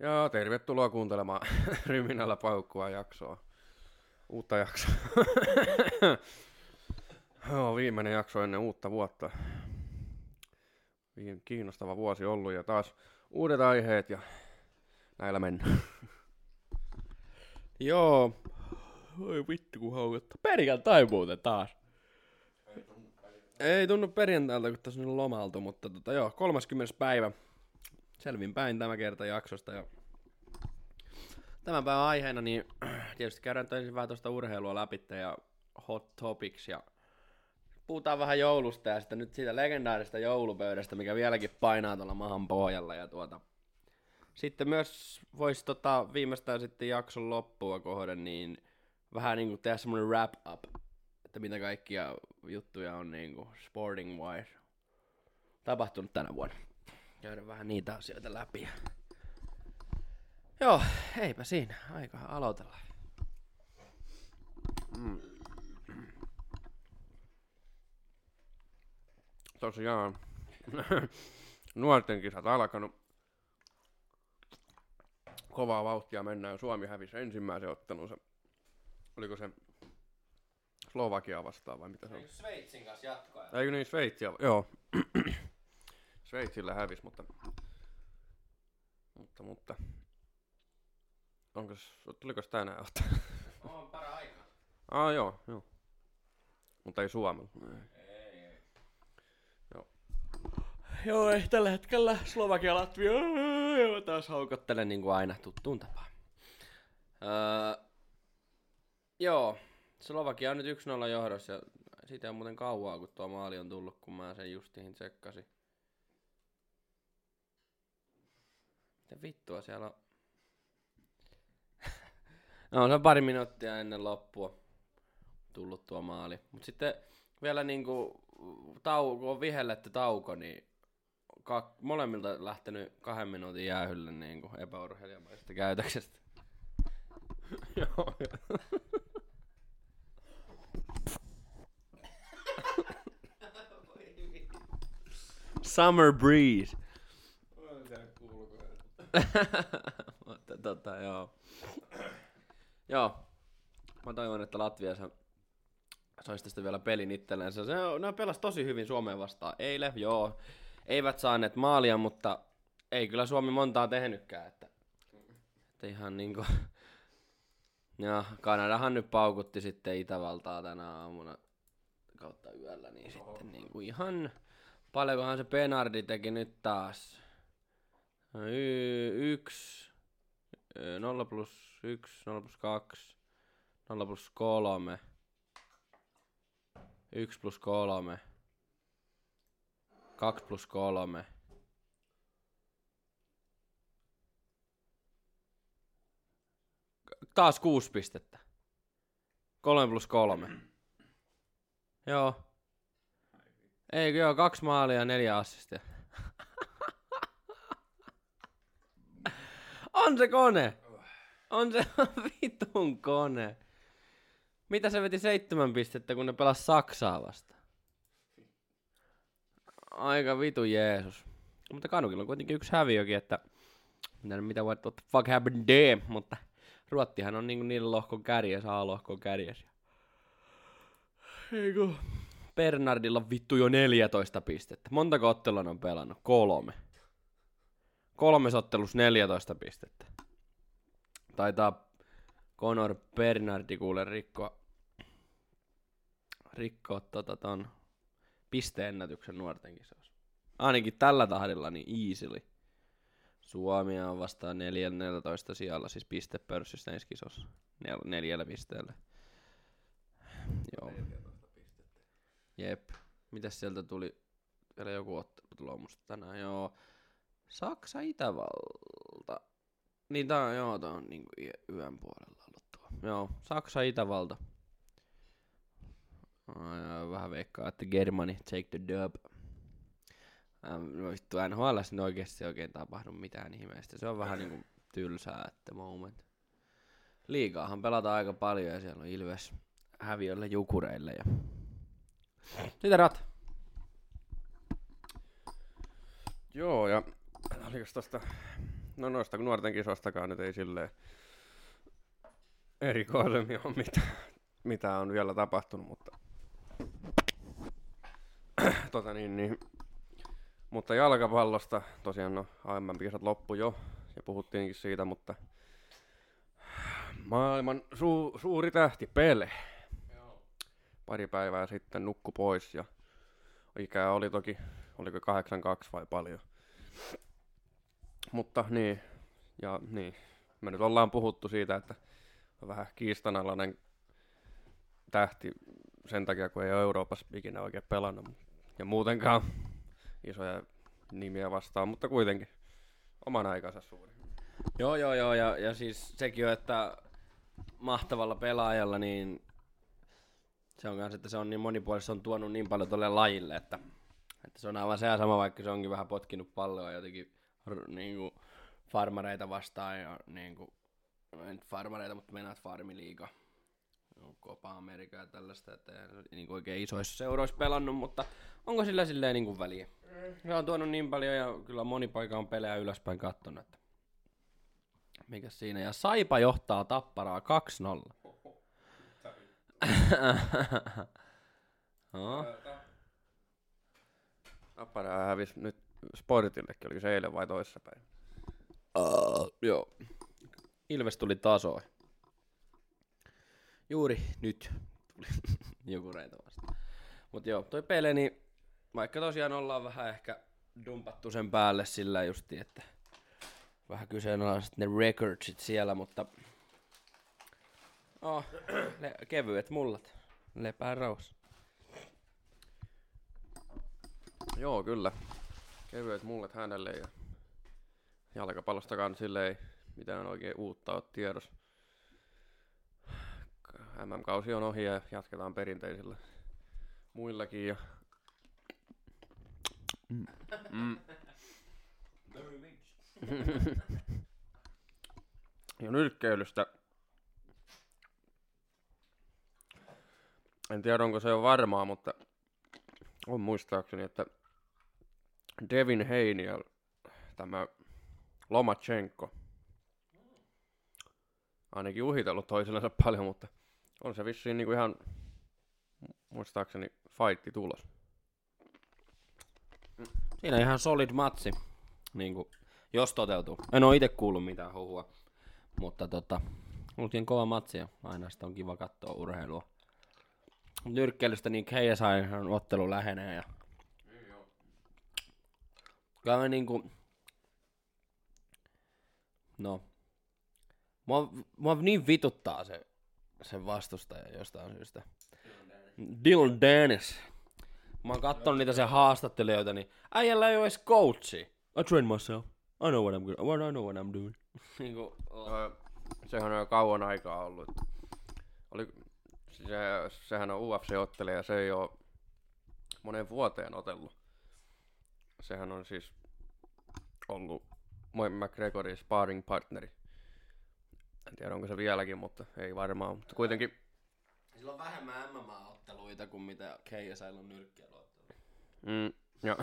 Ja tervetuloa kuuntelemaan Ryminällä paukkua jaksoa. Uutta jaksoa. Joo, viimeinen jakso ennen uutta vuotta. Kiinnostava vuosi ollut ja taas uudet aiheet ja näillä mennään. Joo. Oi vittu kun haukottaa. Perjantai muuten taas. Ei tunnu perjantailta, kun tässä on lomaltu, mutta joo, 30. päivä. Selvin päin tämä kerta jaksosta. Ja tämän päivän aiheena, niin tietysti käydään ensin vähän tuosta urheilua läpi ja hot topics. Ja puhutaan vähän joulusta ja sitten nyt siitä legendaarista joulupöydästä, mikä vieläkin painaa tuolla mahan pohjalla. Ja sitten myös voisi viimeistään sitten jakson loppua kohden, niin vähän niinku tehdä semmonen wrap up, että mitä kaikkia juttuja on niinku sporting wise tapahtunut tänä vuonna. Käydä vähän niitä asioita läpi. Joo, eipä siinä. Aika aloitella. Tosiaan, nuorten kisat alkanut. Kovaa vauhtia mennään. Suomi hävisi ensimmäisen ottelunsa. Oliko se Slovakia vastaan vai mitä se on? Sveitsin kanssa jatkoa? Eikö niin, Sveitsiä? Joo. Sveitsillä hävisi, mutta tuliko sitä enää ottaa? On para-aika. Joo. Mutta ei Suomella. Ei. Joo, ei tällä hetkellä Slovakia, Latvia. Taas haukottelen niin kuin aina tuttuun tapaan. Joo, Slovakia on nyt 1-0 johdossa. Siitä on muuten kauaa, kun tuo maali on tullut, kun mä sen justiin tsekkasin. Mitä vittua siellä on? No, se on pari minuuttia ennen loppua tullut tuo maali. Mut sitten vielä niinku kun on vihelletty tauko, niin molemmilta lähtenyt 2 minuutin jäähylle niinku epäurheilijamaisesta käytöksestä. Joo. Summer breeze. Mutta joo. Joo. Mä toivon, että Latvia saisi tästä vielä pelin itsellensä. Ne pelasi tosi hyvin Suomeen vastaan eilen, joo. Eivät saaneet maalia, mutta ei kyllä Suomi montaa tehnytkään. Että ihan niinku. Ja Kanadahan nyt paukutti sitten Itävaltaa tänä aamuna kautta yöllä, niin sitten niinku ihan paljonkohan se Penardi teki nyt taas. 0 plus 1, 0 plus 2, 0 plus 3, 1 plus 3, 2 plus 3. Taas 6 pistettä. 3 plus 3. Joo. Eikö joo, 2 maalia ja 4 assistia. On se kone! On se vitun kone. Mitä se veti 7 pistettä, kun ne pelas Saksaa vastaan? Aika vitu Jeesus. Mutta Kanukilla on kuitenkin 1 häviökin, että mitä what the fuck happened there? Mutta Ruottihan on niinku niillä lohkon kärjessä, A-lohkon kärjessä. Eikö? Bernardilla on vittu jo 14 pistettä. Montako ottelua on pelannut? 3. 3 ottelussa 14 pistettä. Taitaa Conor Bernardi kuule rikkoa ton pisteennätyksen nuorten kisoissa. Ainakin tällä tahdilla niin easily. Suomi on vastaan 14 sijalla, siis pistepörssissä näissä kisoissa. 4 pisteellä. Joo. 14 pistettä. Jep. Mitäs sieltä tuli? Vielä joku ottelu musta tänään, joo. Saksa, Itävalta. Niin tää on niinku yön puolella ollut tuo. Joo, Saksa, Itävalta. Vähän veikkaa, että Germany take the dub. Vittu NHL:ssä nyt oikeesti oikein tapahdu mitään ihmeistä. Se on vähän niinku tylsää at the moment. Liigaahan pelataan aika paljon ja siellä on Ilves häviöllä Jukureille ja sitä rat. Joo, ja olikos tosta No noista nuorten kisoistakaan nyt ei silleen erikoisemmin ole mitä on vielä tapahtunut, mutta mutta jalkapallosta tosiaan no MM-kisat loppu jo ja puhuttiinkin siitä, mutta maailman suuri tähti Pele. Pari päivää sitten nukku pois ja ikää oli toki, oliko 82 vai paljon. Mutta niin, me nyt ollaan puhuttu siitä, että on vähän kiistanalainen tähti sen takia, kun ei ole Euroopassa ikinä oikein pelannut. Ja muutenkaan isoja nimiä vastaan, mutta kuitenkin oman aikansa suuri. Joo, ja siis sekin on, että mahtavalla pelaajalla, niin se on kans, että se on niin monipuolista, se on tuonut niin paljon tolle lajille, että se on aivan se ja sama, vaikka se onkin vähän potkinut palloa jotenkin niinku farmareita vastaan ja niinku, en farmareita, mutta meinaat farmiliiga, Copa America ja tällaista, että ei niinku oikein isoissa seuroissa pelannut, mutta onko sillä silleen niinku väliä? Se on tuonut niin paljon ja kyllä moni paikka on pelejä ylöspäin kattonut, että mikäs siinä, ja Saipa johtaa Tapparaa 2-0. No. Tappara hävisi nyt Sportillekin, oliko se eilen vai toissapäin? Joo. Ilves tuli tasoon. Juuri nyt tuli joku reita vastaan. Mut joo, toi Pele, niin vaikka tosiaan ollaan vähän ehkä dumpattu sen päälle sillä justi, että vähän kyseenalaiset ne recordsit siellä, mutta kevyet mullat. Lepää rauhassa. Joo, kyllä. Kevyet mullet hänelle ja jalkapallostakaan sille ei mitään oikein uutta ole tiedossa. MM-kausi on ohi ja jatketaan perinteisillä muillakin. Ja nyrkkeilystä. En tiedä onko se on varmaa, mutta on muistaakseni, että Devin Haney ja tämä Lomachenko ainakin uhitellut toisillensa paljon, mutta on se vissiin niinku ihan muistaakseni fightti tulos. Siinä ihan solid matsi, niinku, jos toteutuu. En oo ite kuullut mitään huhua, mutta oltiin kova matsi ja aina sitä on kiva katsoa urheilua. Nyrkkeilystä niin KSI:n ottelu lähenee ja kyllä mä niinku, no, mua niin vituttaa se vastustaja jostain syystä. Dylan Dennis. Mä oon kattonut niitä sen haastattelijoita, niin äijällä ei oo edes coachi. I train myself. I know what I'm doing. Niinku, Sehän on jo kauan aikaa ollut. Sehän on UFC-ottelija ja se ei oo moneen vuoteen otellut. Sehän on siis ollut McGregorin sparring partneri. En tiedä onko se vieläkin, mutta ei varmaan. Mutta kuitenkin. Sillä on vähemmän MMA-otteluita kuin mitä KSI:lla on nyrkkeilyotteluita. Joo.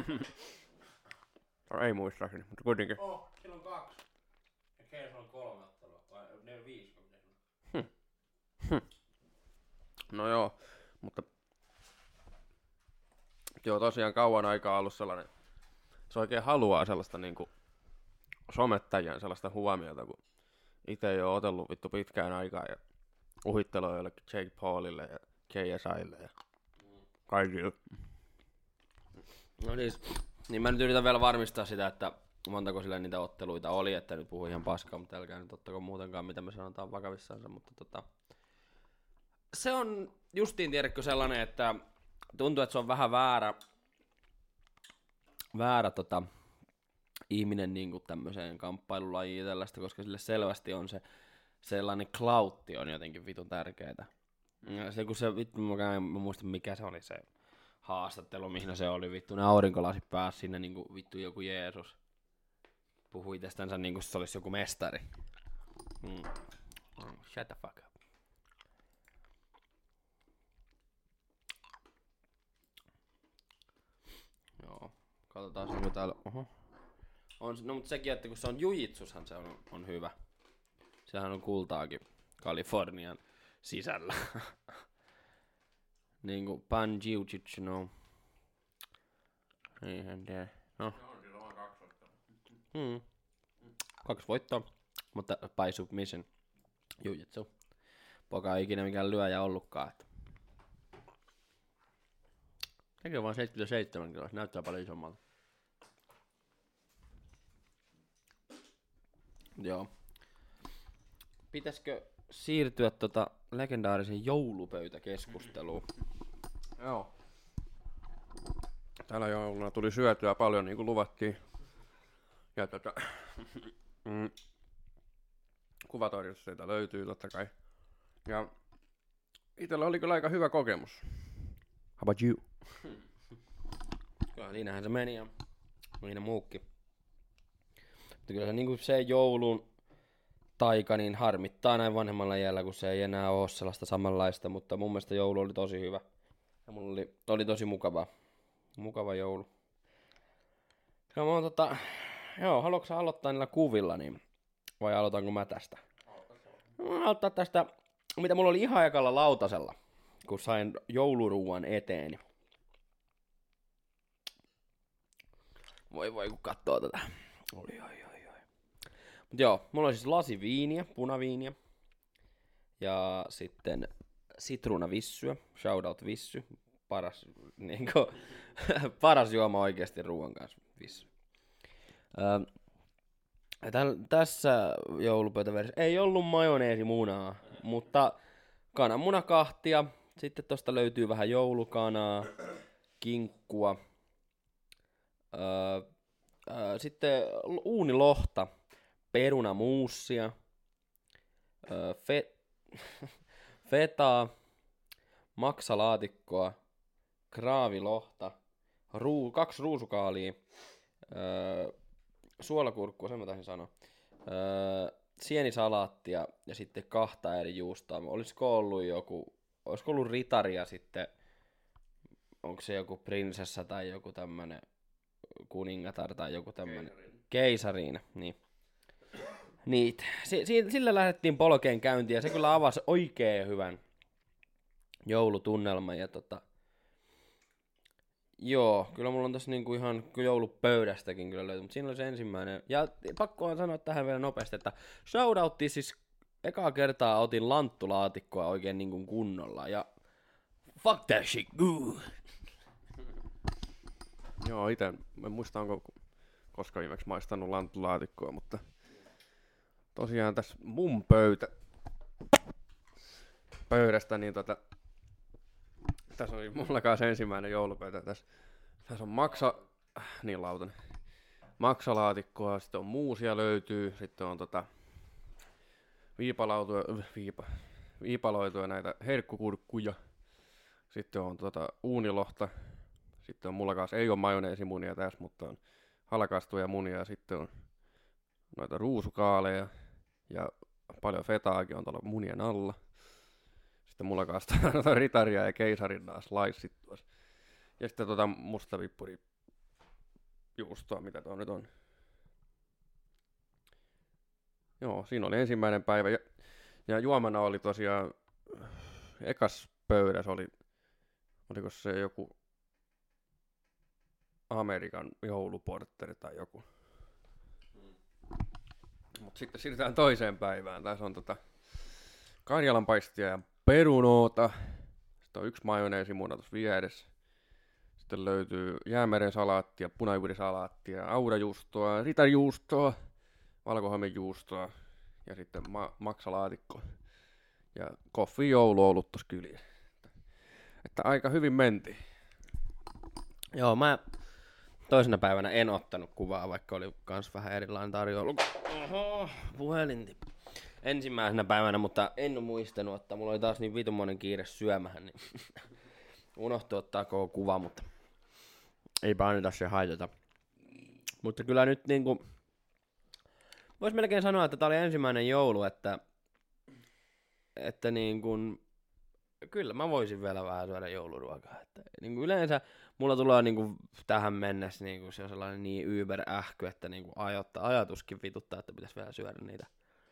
Ei muistaakseni, mutta kuitenkin. Sillä on 2. Ja KSI:lla on 3 ottelua. Vai 5 on tehnyt. No joo, mutta joo tosiaan kauan aikaa ollut sellainen, se oikein haluaa sellaista niinku somettajien sellaista huomiota, kun itse ei ole otellut vittu pitkään aikaa ja uhittelua jollekin Jake Paulille ja KSIlle ja kaikille. No niin mä nyt yritän vielä varmistaa sitä, että montako sillä niitä otteluita oli, että nyt puhuu ihan paskaa, mutta älkää nyt ottako muutenkaan mitä me sanotaan vakavissaansa, mutta se on justiin tiedätkö sellainen, että tuntuu, että se on vähän väärä ihminen niinku tämmöiseen kamppailulajiin tällaista, koska sille selvästi on se sellainen cloutti on jotenkin vitun tärkeetä. Ja se kun se vittu, mä muistan mikä se oli se haastattelu, mihin se oli vittu, ne aurinkolasit pääsi sinne niinku vittu joku Jeesus. Puhui itsestänsä niinku se olisi joku mestari. Shut the fuck up. Joo, katsotaan onko täällä, No mutta sekin, että kun se on jujitsushan se on hyvä. Sehän on kultaakin Kalifornian sisällä. niinku pan jiu-jitsu, no. Eihän tee. No. On sillä vaan 2 voittoa. 2 voittoa, mutta by submission. Jujitsu. Poka ei ikinä mikään lyöjä ollutkaan. Että. Sekin on vaan 77 kiloa, se näyttää paljon isommalta. Joo. Pitäisikö siirtyä legendaarisen joulupöytäkeskusteluun? Joo. Tällä jouluna tuli syötyä paljon, niin kuin luvattiin. Ja kuvatorjussa sitä löytyy totta kai. Ja itellä oli kyllä aika hyvä kokemus. How about you? Kyllä siinähän se meni ja siinä muukin. Mutta kyllä se, niin kuin se joulun taika niin harmittaa näin vanhemmalla iällä, kun se ei enää ole sellaista samanlaista. Mutta mun mielestä joulu oli tosi hyvä. Ja mulla oli tosi mukava joulu. Ja mä oon joo, haluatko sä aloittaa niillä kuvilla, niin vai aloitanko mä tästä? Mä aloittaa tästä, mitä mulla oli ihan ekalla lautasella, kun sain jouluruuan eteeni. Voi kun kattoo tätä. Oi. Mut joo, mulla oli siis lasi viiniä, punaviiniä. Ja sitten sitruunavissyä, shoutout vissy. Paras juoma oikeesti ruoan kanssa, vissy. Tässä joulupöytäversiossa ei ollut majoneesimunaa, mutta kananmunakahtia. Sitten tosta löytyy vähän joulukanaa, kinkkua. Sitten uunilohta, perunamuussia, fetaa, maksalaatikkoa, kraavilohta, 2 ruusukaalia, suolakurkkua, sen mä taisin sanoa, sienisalaattia ja sitten 2 eri juustoa. Olisiko ollut ritaria sitten, onko se joku prinsessa tai joku tämmönen kuningatar tai joku tämmönen keisariina, niin. Niitä. Sillä lähdettiin polkeen käyntiin ja se kyllä avasi oikein hyvän joulutunnelman ja joo, kyllä mulla on tässä niinku ihan joulupöydästäkin kyllä löytyy, mutta siinä oli se ensimmäinen. Ja pakko on sanoa tähän vielä nopeasti, että shoutoutti siis ekaa kertaa otin lanttulaatikkoa oikein niinku kunnolla ja fuck that shit, Joo, ite en muista onko koska viimeksi maistanut lanttulaatikkoa, mutta tosiaan tässä mun pöydästä, niin tässä oli mulla kanssa ensimmäinen joulupöytä. Tässä on maksalaatikkoa, sitten on muusia löytyy, sitten on viipaloituja näitä herkkukurkkuja, sitten on uunilohta, sitten on mulla kanssa ei ole majoneesimunia tässä, mutta on halkaistuja munia ja sitten on noita ruusukaaleja ja paljon fetaakin on tuolla munien alla. Sitten mulla kanssa ritaria ja keisarin sliceit tuossa. Ja sitten musta vippuri juustoa, mitä tuo nyt on. Joo, siinä oli ensimmäinen päivä. Ja juomana oli tosiaan ekas pöydässä oliko se joku Amerikan jouluportteri tai joku. Mut sitten siirrytään toiseen päivään. Tässä on karjalanpaistia ja perunoota. Sitten on 1 majoneesimuna tuossa vieressä. Sitten löytyy jäämeren salaattia, punajuurisalaattia, aurajuustoa, ritarijuustoa, valkohaimenjuustoa ja sitten maksalaatikko. Ja koffi jouluolut tossa kyliin. Että aika hyvin mentiin. Joo, mä toisena päivänä en ottanut kuvaa, vaikka oli kans vähän erilainen tarjoulu. Oho, puhelin. Ensimmäisenä päivänä, mutta en muistanut, että mulla oli taas niin vitunmoinen kiire syömähän, niin unohtui ottaa koko kuva, mutta eipä anneta se haitata. Mutta kyllä nyt niinku, vois melkein sanoa, että tää oli ensimmäinen joulu, että niin kun kyllä mä voisin vielä vähän syödä jouluruokaa. Että, niin kuin yleensä mulla tulee niin kuin tähän mennessä niin kuin se on sellainen niin yber-ähky, että niin kuin ajatuskin vituttaa, että pitäisi vielä syödä niitä.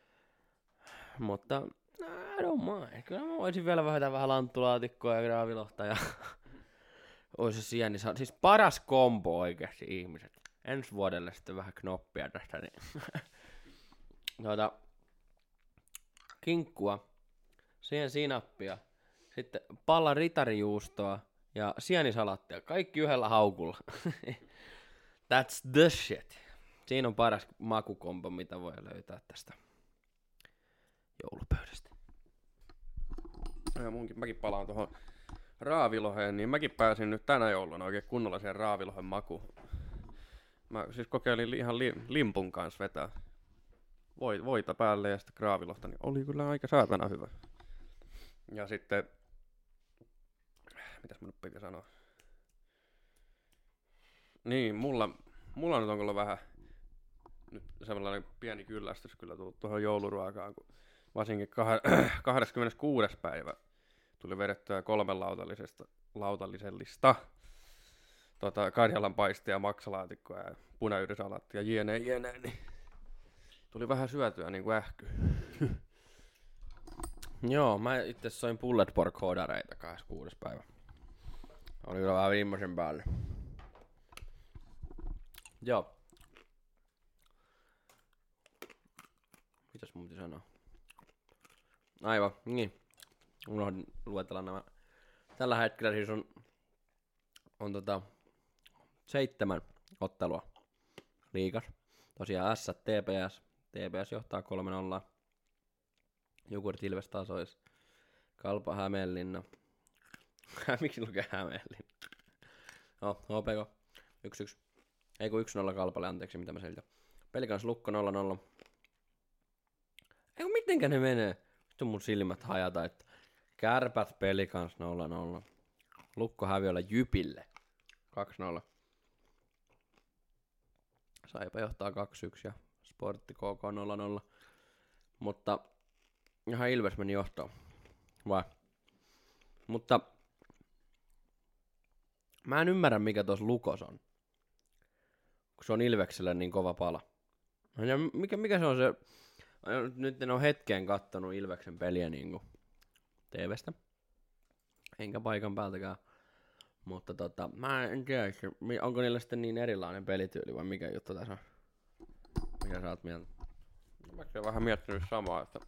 Mutta I don't mind. Kyllä mä voisin vielä vähän lanttulaatikkoa ja graavilohta ja ois se sieni. Siis paras kombo oikeasti ihmiset. Ensi vuodelle sitten vähän knoppia tästä. Niin. Kinkkua, siihen sinappia, sitten palla ritarijuustoa ja sienisalattia. Kaikki yhdellä haukulla. That's the shit. Siinä on paras makukombo, mitä voi löytää tästä joulupöydästä. Ja mäkin palaan tuohon raaviloheen, niin mäkin pääsin nyt tänä jouluna oikein kunnolla siihen raavilohen makuun. Mä siis kokeilin ihan limpun kanssa vetää voita päälle ja sitten raavilohta, niin oli kyllä aika saatana hyvä. Ja sitten, mitäs mä nyt piti sanoa? Niin, mulla nyt on kyllä vähän nyt sellainen pieni kyllästys kyllä tullut tuohon jouluruokaan, kun varsinkin 26. päivä tuli vedettyä 3 lautallisellista karjalanpaistia, maksalaatikkoa ja punayhdysalaattia jne, niin tuli vähän syötyä niinku ähkyä. Joo, mä itse soin pulled pork hodareita 26. päivä. Oli kyllä vähän viimeisen päälle. Joo. Mitäs mun piti sanoa? Aivan, niin. Unohdin luetella nämä. Tällä hetkellä siis on 7 ottelua liigas. Tosiaan S, TPS. TPS johtaa 3-0. Jukurt Ilves tasois. Kalpa Hämeenlinna. Miksi lukee Hämeenlinna? No, HPK 1-1. Ei kun 1-0 Kalpalle, anteeksi mitä mä selitän. Pelikans Lukko 0-0. Ei kun mitenkä ne menee? Nyt on mun silmät hajata, että Kärpät Pelikans 0-0. Lukko Häviöllä Jypille 2-0. Saipa johtaa 2-1 ja Sportti KK 0-0. Mutta ihan Ilves meni johtoon. Vai? Mutta mä en ymmärrä mikä tuossa Lukos on. Kun se on Ilvekselle niin kova pala. Ja mikä se on se? Nyt en ole hetkeen kattonut Ilveksen peliä niinku TVstä. Enkä paikan päältäkään. Mutta mä en tiedä, onko niillä sitten niin erilainen pelityyli vai mikä juttu tässä on? Mikä sä oot mieltä? Mä oon vähän miettinyt samaa, että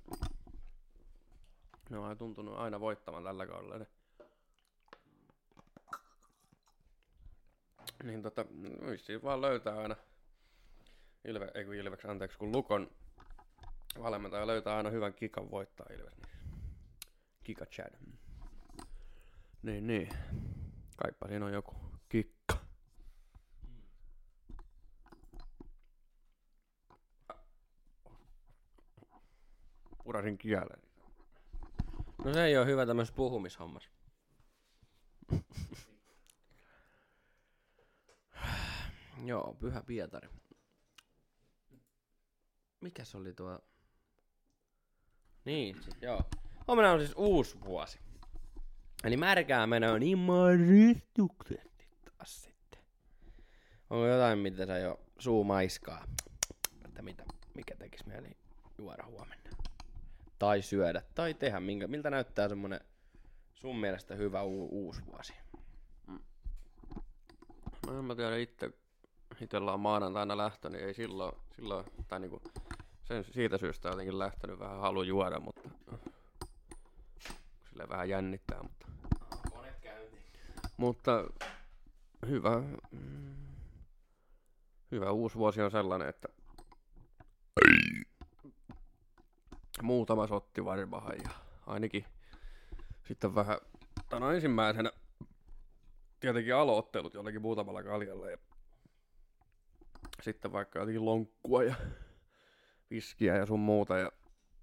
ne on tuntunut aina voittamaan tällä kaudella. Niin vissiin vaan löytää aina kun Lukon valmentaja löytää aina hyvän kikan voittaa Ilves. Kika Chad. Niin. Kaipa siinä on joku kikka. Purasin kielen. No se ei oo hyvä tämmöisessä puhumishommassa. Joo, Pyhä Pietari. Mikäs oli tuo? Niin, joo. Huomenna on siis uusi vuosi. Eli märkää menee niin maristukset taas sitten. Onko jotain, mitä sä jo suu maiskaa? Että mikä tekis mieli juoda huomenna? Tai syödä, tai tehdä. Miltä näyttää semmonen sun mielestä hyvä uusi vuosi? No en mä tiedä itellä on maanantaina lähtö, niin ei silloin tai niinku siitä syystä jotenkin lähtenyt vähän halu juoda, mutta sille vähän jännittää, Kone käynti. Mutta hyvä uusi vuosi on sellainen, että muutama sotti varmaan ja ainakin sitten vähän, ensimmäisenä tietenkin aloittelut jollakin muutamalla kaljalla ja sitten vaikka jotenkin lonkkua ja viskiä ja sun muuta ja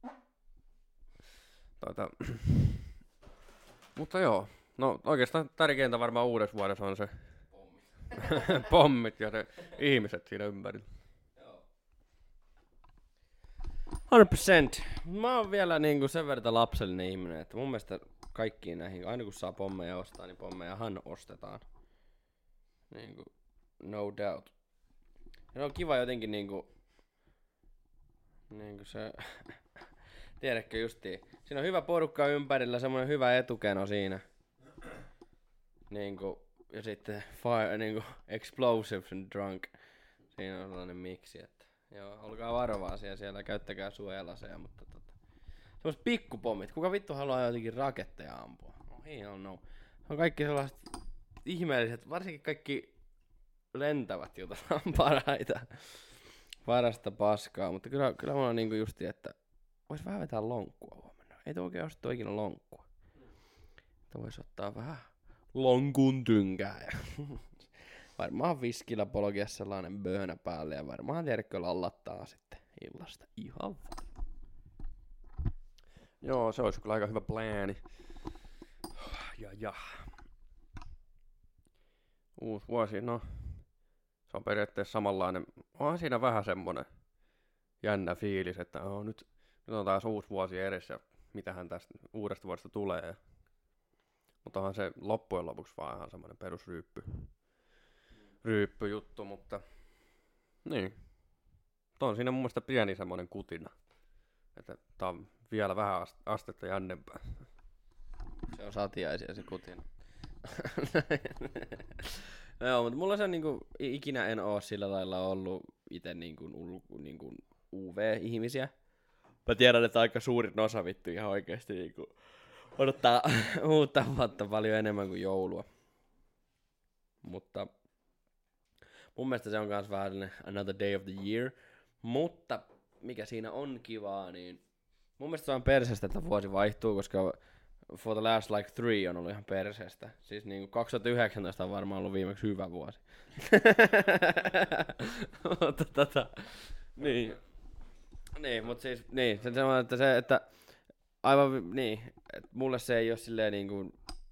mutta joo, no oikeastaan tärkeintä varmaan uudessa vuodessa on se pommit ja se ihmiset siinä ympärillä. 100%. Mä oon vielä niinku sen verran lapsellinen ihminen, että mun mielestä kaikkiin näihin. Aina kun saa pommeja ostaa, niin pommejahan ostetaan. Niinku, no doubt. Ja on kiva jotenkin niinku se, tiedätkö justiin, siinä on hyvä porukka ympärillä, semmoinen hyvä etukeno siinä. Niinku, ja sitten fire, niinku, explosives and drunk. Siinä on sellainen miksi, että joo, olkaa varovaisia siellä, käyttäkää suojalaseja, mutta semmoiset pikkupommit, kuka vittu haluaa jotenkin raketteja ampua? No hell no. On kaikki sellaiset ihmeelliset, varsinkin kaikki lentävät jutut on parhaita. Parasta paskaa, mutta kyllä mulla on niinku justi, että vois vähän vetää lonkkua huomenna. Ei tuo oikein ostettu ikinä lonkkua. Että vois ottaa vähän lonkun tynkää. Varmaan viskillä polkia sellainen böhnä päälle ja varmaan tiedätkö lallattaa sitten illasta ihan vaan. Joo, se olisi kyllä aika hyvä plääni. Ja. Uusi vuosi, no. Se on periaatteessa samanlainen. Onhan siinä vähän semmonen jännä fiilis, että nyt on taas uusi vuosi edessä. Mitähän tästä uudesta vuodesta tulee. Mutta onhan se loppujen lopuksi vaan ihan semmonen perusryyppyjuttu, mutta niin. Tuo on siinä mun mielestä pieni semmonen kutina. Että tää on vielä vähän astetta jännempää. Se on satiaisia se kutina. No joo, mutta mulla se niinku, ikinä en oo sillä lailla ollut ite niinku UV-ihmisiä. Mä tiedän, että aika suurin osa vittu ihan oikeesti niinku odottaa uutta vuotta paljon enemmän kuin joulua. Mutta mun mielestä se on kans vähän another day of the year. Mutta mikä siinä on kivaa, niin mun mielestä se on perseestä, että vuosi vaihtuu, koska for the last like 3 on ollut ihan perseestä. Siis niinku 2019 on varmaan ollut viimeksi hyvä vuosi. Mutta niin. Niin, mut siis, niin, että aivan, niin, että mulle se ei oo silleen niinku,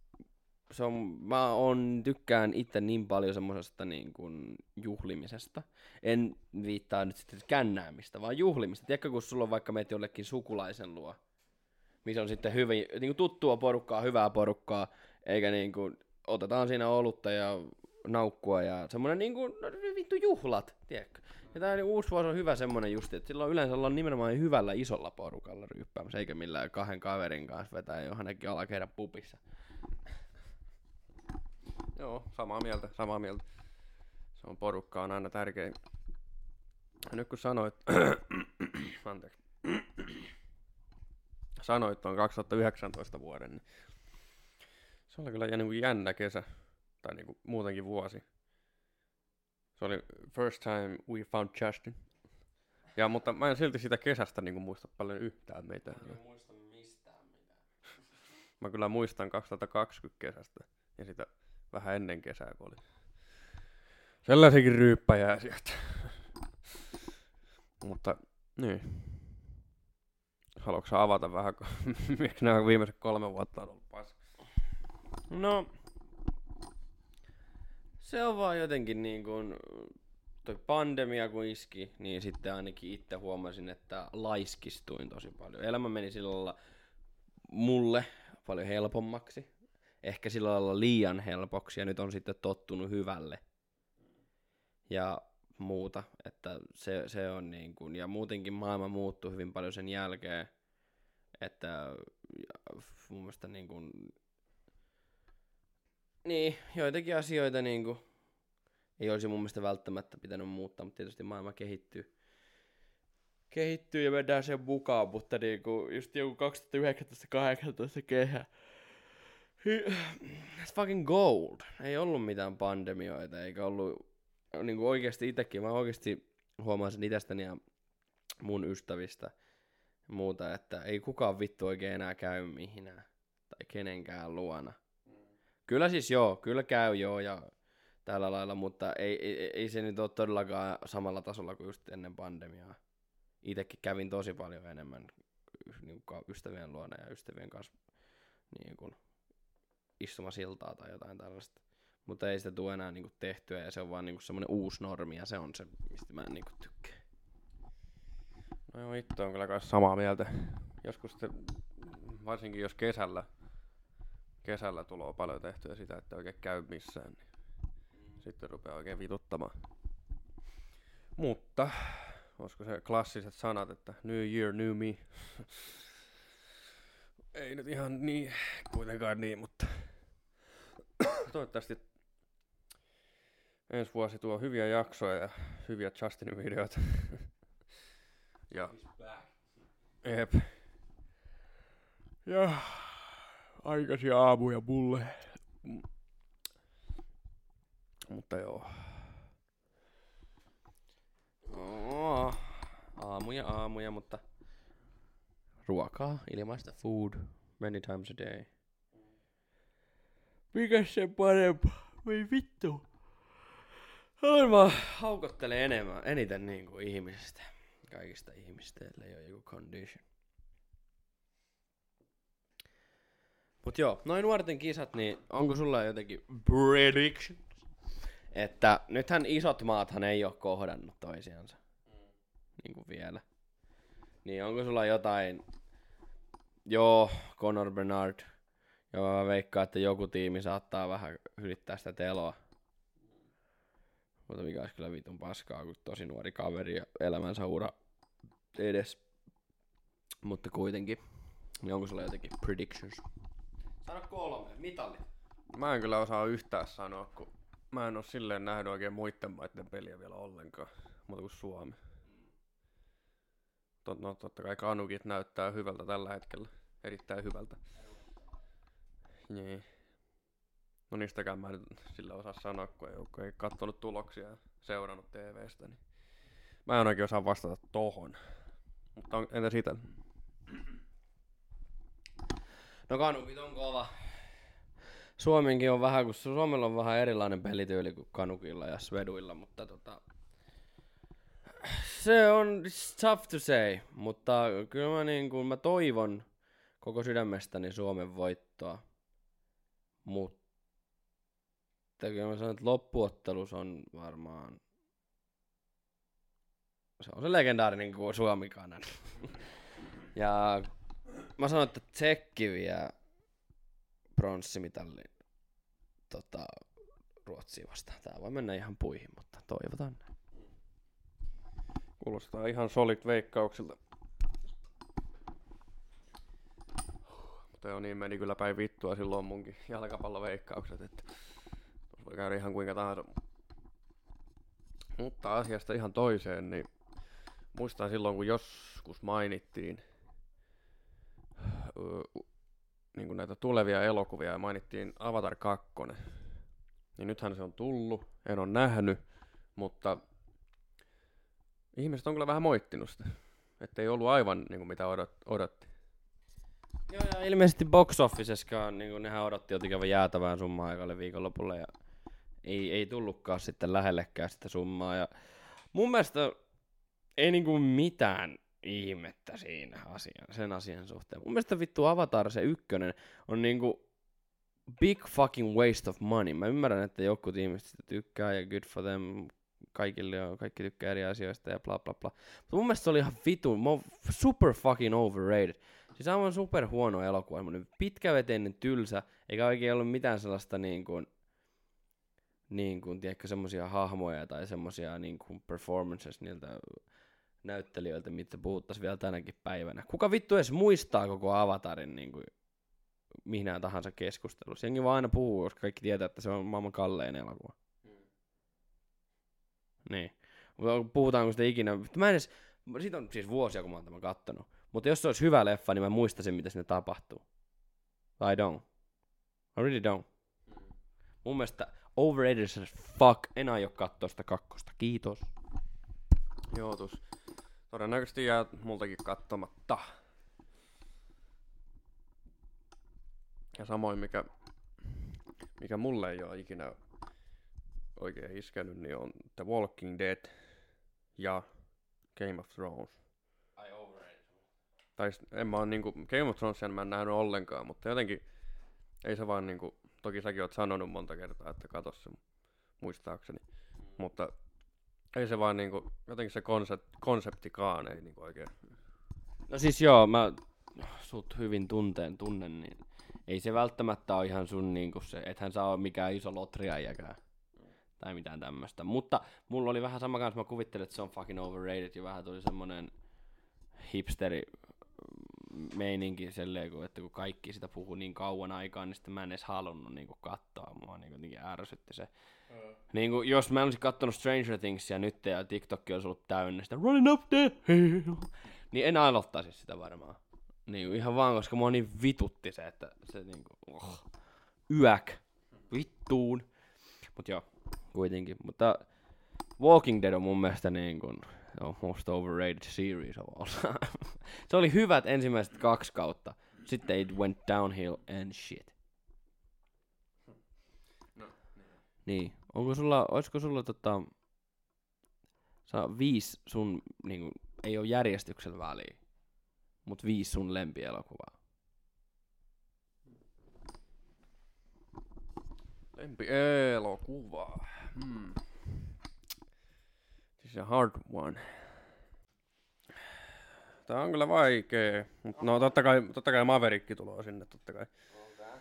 tykkään itse niin paljon semmosesta niinku juhlimisesta. En viittaa nyt sitten kännäämistä, vaan juhlimista. Tiedätkö, kun sulla on vaikka meet jollekin sukulaisen luo, missä on sitten hyvin, niinku tuttua porukkaa, hyvää porukkaa, eikä niinku, otetaan siinä olutta ja naukkua ja semmonen niinku, vittu juhlat, tiedätkö? Ja tää uusi vuosi on hyvä semmonen justi, että silloin yleensä ollaan nimenomaan hyvällä isolla porukalla ryyppäämässä, eikä millään 2 kaverin kanssa vetää johonkin alakerran pupissa. Joo, samaa mieltä. Se on porukka on aina tärkein. Ja nyt kun sanoit, anteeksi, sanoit tuon 2019 vuoden, niin se oli kyllä niin jännä kesä, tai niin kuin muutenkin vuosi. Se oli first time we found Justin. Ja, mutta mä en silti siitä kesästä niin kuin muista paljon yhtään mitään. Mä en muista mistään mitään. Mä kyllä muistan 2020 kesästä ja sitä vähän ennen kesää, kun oli sellaisiakin ryyppäjää sieltä. Mutta niin. Haluatko sä avata vähän, miksi nämä viimeiset 3 vuotta on ollut paska? No, se on vaan jotenkin niin kuin, toi pandemia kun iski, niin sitten ainakin itse huomasin, että laiskistuin tosi paljon. Elämä meni sillä lailla mulle paljon helpommaksi. Ehkä sillä lailla liian helpoksi ja nyt on sitten tottunut hyvälle. Ja muuta, että se on niin kuin, ja muutenkin maailma muuttui hyvin paljon sen jälkeen, että mun mielestä niin kuin, niin, joitakin asioita niin kuin, ei olisi mun mielestä välttämättä pitänyt muuttaa, mutta tietysti maailma kehittyy ja mennään sen mukaan, mutta niin kuin, just joku 2019-2018 kehä. That's fucking gold. Ei ollut mitään pandemioita, eikä ollut niin kuin oikeasti itsekin. Mä oikeasti huomaan sen itsestäni ja mun ystävistä ja muuta, että ei kukaan vittu oikein enää käy mihinään tai kenenkään luona. Kyllä siis joo, kyllä käy joo ja tällä lailla, mutta ei se nyt ole todellakaan samalla tasolla kuin just ennen pandemiaa. Itsekin kävin tosi paljon enemmän niin kuin ystävien luona ja ystävien kanssa niin kuin istumasiltaa tai jotain tällaista. Mutta ei sitä tule enää niinku tehtyä ja se on vaan niinku semmonen uusi normi ja se on se, mistä mä en niinku tykkää. No joo, itse on kyllä kai samaa mieltä. Joskus sitten, varsinkin jos kesällä kesällä tulee paljon tehtyä sitä, että oikein käy missään, niin sitten rupeaa oikein vituttamaan. Mutta, olisiko se klassiset sanat, että New Year, New Me. Ei nyt ihan niin, kuitenkaan niin, mutta toivottavasti ensi vuosi tuo hyviä jaksoja ja hyviä Justinin videoita. Ja jep. Ja aikaisia aamuja mulle. Mutta joo. Aamuja, mutta ruokaa, ilmaista food, many times a day. Mikäs se parempaa? Voi vittu. Mä haukottelen eniten niinku ihmisistä. Kaikista ihmistä, ellei oo joku condition. Mut joo, noin nuorten kisat, niin onko sulla jotenkin prediction? Että nythän isot maathan ei oo kohdannut toisiansa. Niinku vielä. Niin onko sulla jotain? Joo, Conor Bernard. Joo, mä veikkaan, että joku tiimi saattaa vähän ylittää sitä teloa. Mutta mikä olisi kyllä vitun paskaa, kun tosi nuori kaveri ja elämänsä ura edes. Mutta kuitenkin. Niin onko sulla jotenkin predictions? Sano 3, mitallit. Mä en kyllä osaa yhtään sanoa, kun mä en oo silleen nähnyt oikein muitten maiden peliä vielä ollenkaan, muuta kuin Suomi. No totta kai kanukit näyttää hyvältä tällä hetkellä, erittäin hyvältä. Niin. No niistäkään mä en sillä osaa sanoa, kun ei kattonut tuloksia ja seurannut TV:stä, niin mä en oikein osaa vastata tohon. Mutta entä siitä? No kanukit on kova. Suomenkin on vähän, kun Suomella on vähän erilainen pelityyli kuin kanukilla ja sveduilla, mutta se on tough to say, mutta kyllä mä toivon koko sydämestäni Suomen voittoa. Mutta kyllä mä sanon, että loppuottelus on varmaan se on se legendaarinen kuin Suomi-kanan. Ja mä sanon, että Tsekki vie pronssimitallin Ruotsiin vastaan. Tää voi mennä ihan puihin, mutta toivotaan näin. Kuulostaa ihan solid veikkauksilta. Mutta joo, niin meni kyllä päin vittua silloin munkin jalkapalloveikkaukset, että tuossa voi käydä ihan kuinka tahansa. Mutta asiasta ihan toiseen, niin muistan silloin kun joskus mainittiin niin kuin näitä tulevia elokuvia ja mainittiin Avatar 2. Niin nythän se on tullut, en ole nähnyt, mutta ihmiset on kyllä vähän moittinut sitä, että ei ollut aivan niin kuin mitä odotti. Joo, ja ilmeisesti box officeskaan, niin nehän odotti jotenkin jäätävään summaa aikalle viikonlopulle ja ei tullutkaan sitten lähellekään sitä summaa. Ja mun mielestä ei niinku mitään ihmettä siinä sen asian suhteen. Mun mielestä vittu Avatar se 1 on niinku big fucking waste of money. Mä ymmärrän, että jotkut ihmiset sitä tykkää ja good for them. Kaikki tykkää eri asioista ja bla bla bla. Mutta mun mielestä se oli ihan vitun super fucking overrated. Siis aivan super huono elokuva, semmonen pitkäveteinen tylsä, eikä oikein ollut mitään sellaista niin kuin tiedätkö, semmosia hahmoja tai semmosia niin kuin performances niiltä näyttelijöiltä, mitä puhuttais vielä tänäkin päivänä. Kuka vittu edes muistaa koko Avatarin niin kuin mihinä tahansa keskustelussa? Jengi vaan aina puhuu, koska kaikki tietää, että se on maailman kallein elokuva. Niin. Puhutaanko sitä ikinä? Mä en edes, siitä on siis vuosia, kun mä oon tämän kattonut. Mutta jos se olisi hyvä leffa, niin mä muistaisin, mitä sinne tapahtuu. I don't. I really don't. Mun mielestä overrated as fuck. En aio katsoa sitä 2. Kiitos. Joo, todennäköisesti jää multakin katsomatta. Ja samoin mikä mulle ei ole ikinä oikein iskenyt, niin on The Walking Dead ja Game of Thrones. Ai overrated. Tai en mä oo niinku, Game of Thronesia mä en nähnyt ollenkaan, mutta jotenkin ei se vaan niinku, toki säkin oot sanonut monta kertaa, että katso se muistaakseni, mutta ei se vaan niinku, jotenkin se konseptikaan ei niinku oikein. No siis joo, mä sut hyvin tunnen, niin ei se välttämättä ole ihan sun niinku se, ethän sä oo mikään iso lotriäijäkään. Tai mitään tämmöstä. Mutta mulla oli vähän sama kanssa, mä kuvittelin, että se on fucking overrated ja vähän tuli semmonen hipsteri meininki silleen, että kun kaikki sitä puhuu niin kauan aikaan, niin sitten mä en edes halunnut niinku katsoa. Mua niinku jotenkin ärsytti se. Niinku, jos mä en olisi kattonut Stranger Thingsia nyt ja TikTok olisi ollut täynnä sitä Running Up the Hill, niin en aloittaisi sitä varmaan. Niinku, ihan vaan, koska mua niin vitutti se, että se niinku, yäk, vittuun. Mut joo, kuitenkin. Mutta Walking Dead on mun mielestä niinku most overrated series of all time. Se oli hyvät ensimmäiset 2 kautta. Sitten it went downhill and shit. No, niin. Olisiko sulla saa 5 sun, niinku, ei oo järjestyksellä väliä, mut 5 sun lempielokuvaa. Lempielokuvaa. This is a hard one. Tää on kyllä vaikee, mut no totta kai Maverick tulee sinne, totta kai. Okay.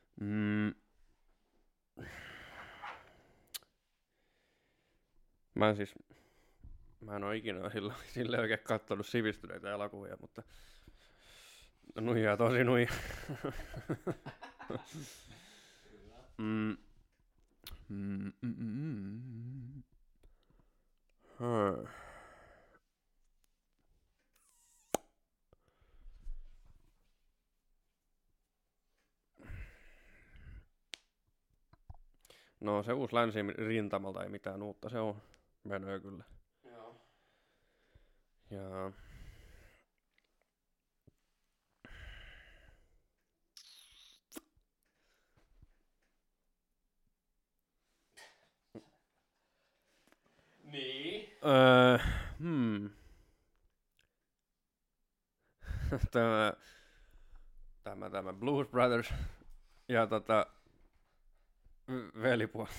Mä en oo ikinä sille oikein kattonut sivistyneitä elokuvia, mutta nuijaa tosi nuija. No se uusi länsirintamalta ei mitään uutta, se on menee kyllä. Joo. Ja Niin. Tämä Blues Brothers ja velipuoli.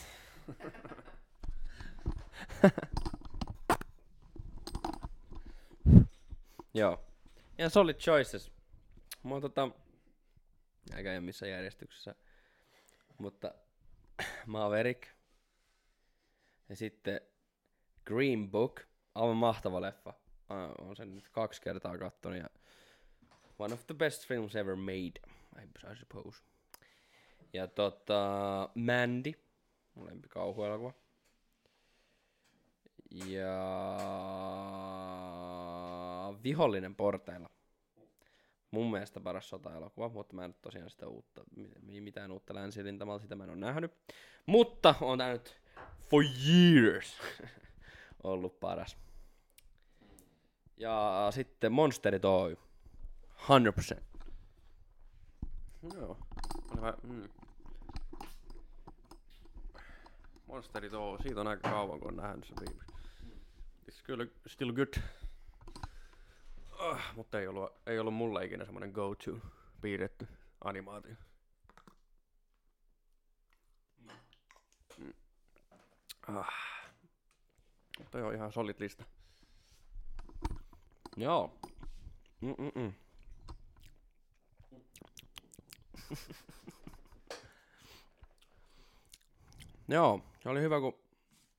Joo. Ihan solid choices. Mä oon eikä ole missään järjestyksessä. Mutta Maverick. Ja sitten Green Book. Aivan mahtava leffa. Oon sen nyt 2 kertaa kattonut ja one of the best films ever made, I suppose. Ja Mandy. Mun lempi kauhuelokuva. Ja Vihollinen porteilla. Mun mielestä paras sota-elokuva, mutta mä en nyt tosiaan sitä mitään uutta länsirintamalla, sitä mä en oo nähnyt. Mutta on tää nyt for years ollut paras. Ja sitten Monsterit Oy. 100%. Joo. Monsterit on, siitä on aika kauan kun on nähnyt se viimeksi. It's kyllä still good. Mutta ei ollut mulle ikinä semmonen go-to piirretty animaatio. Mutta joo, ihan solid lista. Joo. Joo, se oli hyvä, kun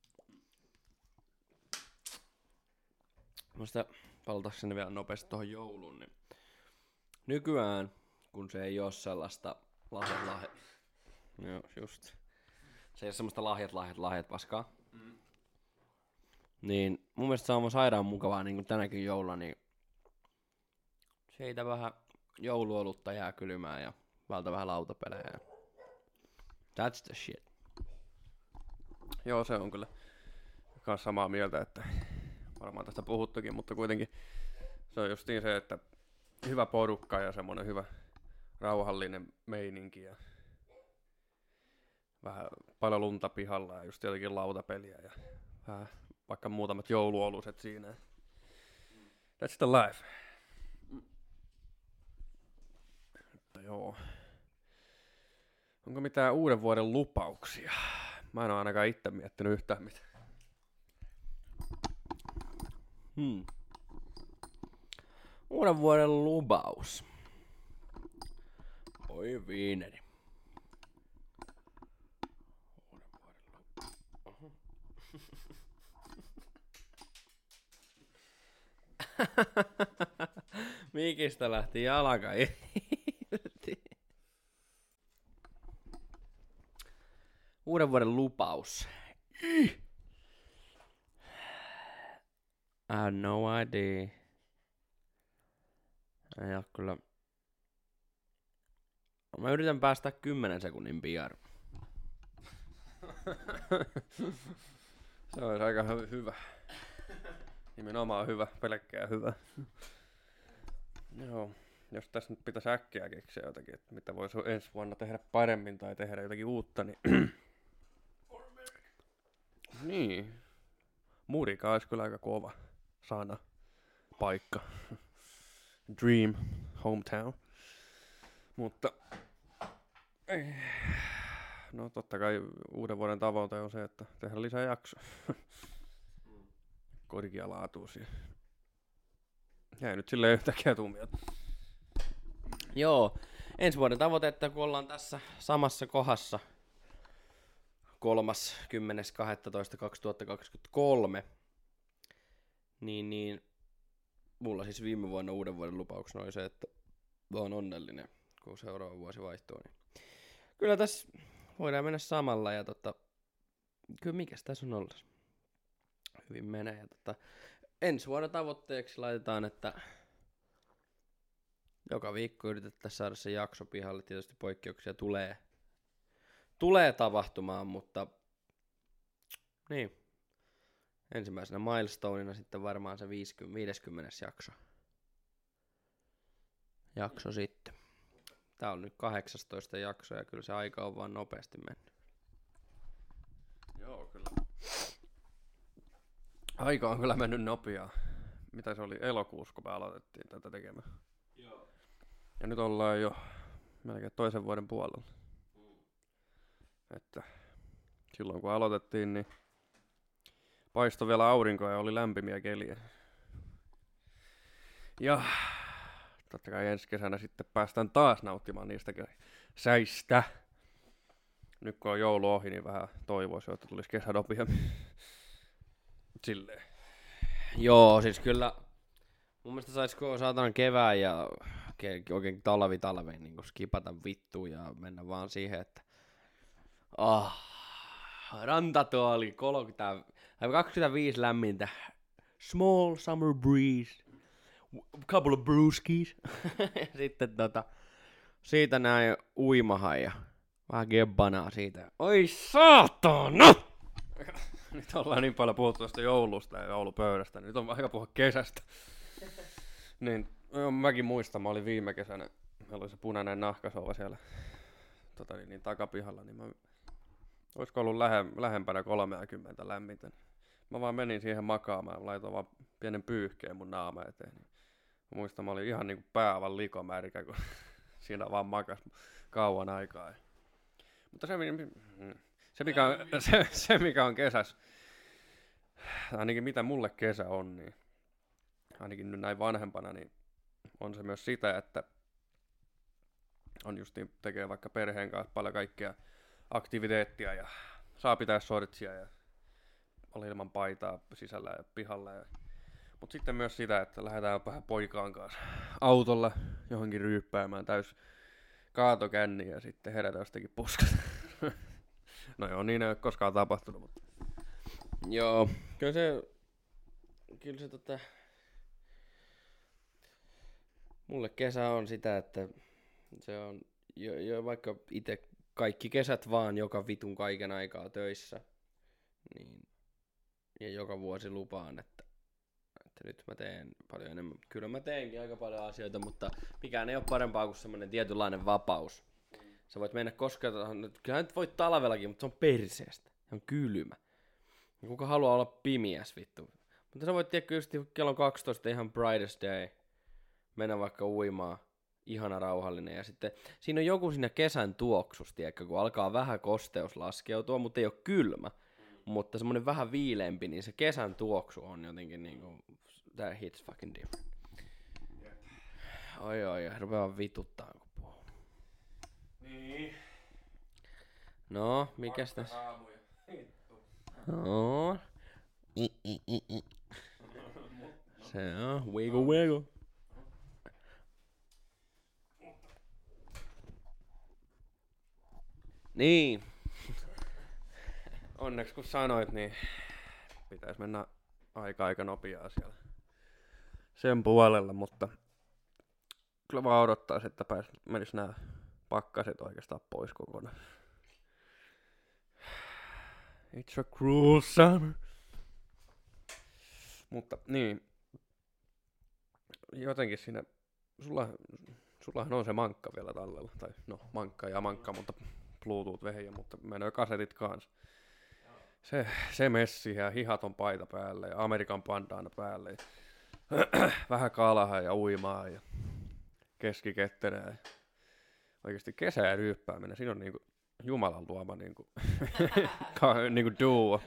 mä sitä palatakseni vielä nopeasti tohon jouluun, niin nykyään, kun se ei oo sellaista lahjat, joo, just, se ei oo semmoista lahjat paskaa, niin mun mielestä se on sairaan mukavaa niin kuin tänäkin jouluna, niin siitä vähän jouluolutta jää kylmään ja valta vähän lautapelejä. That's the shit. Joo, se on kyllä kans samaa mieltä, että varmaan tästä puhuttukin, mutta kuitenkin se on justiin se, että hyvä porukka ja semmonen hyvä rauhallinen meininki ja vähän paljon lunta pihalla ja just jotenkin lautapeliä ja vähän vaikka muutamat jouluoluset siinä. That's the life. Mutta joo. Onko mitään uuden vuoden lupauksia? Mä en oo ainakaan itse miettinyt yhtään mitään. Uuden vuoden lupaus. Oi viineri. Mikistä lähti jalka irti. Uuden vuoden lupaus. I have no idea. Ei oo kyllä. Mä yritän päästä 10 sekunnin PR. Se olisi aika hyvä. Nimenomaan hyvä, pelkkää hyvä. Joo, jos tässä nyt pitäisi äkkiä keksiä jotakin, että mitä voisi ensi vuonna tehdä paremmin tai tehdä jotakin uutta, niin... niin. Murika olisi kyllä aika kova sana, paikka. Dream, hometown. Mutta... no totta kai uuden vuoden tavoite on se, että tehdään lisää jaksoa. Korkealaatuisia. Jäi nyt silleen yhtäkkiä tuumiota. Joo, ensi vuoden tavoite, että kun ollaan tässä samassa kohdassa 30.12.2023, niin mulla siis viime vuonna uuden vuoden lupauksena oli se, että olen onnellinen, kun seuraava vuosi vaihtuu. Niin kyllä tässä voidaan mennä samalla ja kyllä mikäs tässä on ollut. Hyvin menee ja ensi vuoden tavoitteeksi laitetaan, että joka viikko yritettäisiin saada se jakso pihalle. Tietysti poikkeuksia tulee tapahtumaan, mutta niin. Ensimmäisenä milestoneina sitten varmaan se 50. jakso sitten. Tää on nyt 18 jakso ja kyllä se aika on vaan nopeasti mennyt. Joo, kyllä. Aika on kyllä mennyt nopeaa. Mitä se oli elokuussa, kun me aloitettiin tätä tekemään? Joo. Ja nyt ollaan jo melkein toisen vuoden puolella. Että silloin kun aloitettiin, niin paistoi vielä aurinkoa ja oli lämpimiä keliä. Ja totta kai ensi kesänä sitten päästään taas nauttimaan niistäkin säistä. Nyt kun on joulu ohi, niin vähän toivoisin, että tulisi kesä nopeammin. Silleen. Joo, siis kyllä mun mielestä saisiko saatanan kevään ja oikein talveen niin skipata vittuun ja mennä vaan siihen, että rantatuoli 25 lämmintä, small summer breeze, couple of brewskis, ja sitten siitä näin uimahan ja vähän gebbanaa siitä. Oi saatana! Nyt ollaan niin paljon puhuttu tuosta joulusta ja joulupöydästä, niin nyt on aika puhua kesästä. Niin, mäkin muistan, mä olin viime kesänä, meillä oli se punainen nahkasouva siellä niin takapihalla, niin olisiko ollut lähempänä 30 lämmintä. Niin mä vaan menin siihen makaamaan, laitoin vaan pienen pyyhkeen mun naama eteen. Niin mä muistan, mä olin ihan niinku pääavan likomärkä, kun siinä vaan makas kauan aikaa. Mutta se mikä on kesässä, ainakin mitä mulle kesä on, niin ainakin nyt näin vanhempana, niin on se myös sitä, että on justiin tekee vaikka perheen kanssa paljon kaikkea aktiviteettia ja saa pitää sortsia ja olla ilman paitaa sisällä ja pihalla. Mutta sitten myös sitä, että lähdetään vähän poikaan kanssa autolla johonkin ryyppäämään täys kaatokänniä ja sitten herätä jostakin puskasta. No joo, niin ei ole koskaan tapahtunut, mutta... Joo, kyllä se mulle kesä on sitä, että se on jo vaikka itse kaikki kesät vaan joka vitun kaiken aikaa töissä, niin ja joka vuosi lupaan, että nyt mä teen paljon enemmän. Kyllä mä teenkin aika paljon asioita, mutta mikään ei ole parempaa kuin semmoinen tietynlainen vapaus. Sä voit mennä koskaan, kyllä nyt voit talvellakin, mutta se on perseestä. Se on kylmä. Ja kuka haluaa olla pimiäs vittu. Mutta sä voit tiedä just kello 12 ihan brightest day. Mennä vaikka uimaan. Ihana rauhallinen. Ja sitten siinä on joku siinä kesän tuoksus, tiedätkö, kun alkaa vähän kosteus laskeutua, mutta ei ole kylmä. Mutta semmonen vähän viileempi, niin se kesän tuoksu on jotenkin niinku, that hits fucking different. Oi, rupeaa vituttaa kun puhuu. No, mikäs tässä? No. Se on wiggle wiggle. Niin. Onneksi kun sanoit, niin pitäisi mennä aika nopeaa siellä sen puolella, mutta kyllä vaan odottaisi, että menis nää pakkaset oikeastaan pois kokonaan. It's a cruel summer. Mutta niin, jotenkin siinä, sullahan on se mankka vielä tallella, tai no mankka ja mankka, mutta Bluetooth-vehjä, mutta menee kasetit kanssa. Se messi ja hihaton paita päälle ja Amerikan bandana päälle. Ja vähän kalaha ja uimaa ja keskikettenä. Oikeesti kesä ja ryyppääminen, siinä on niinku Jumalan luoma niinku, niinku duo.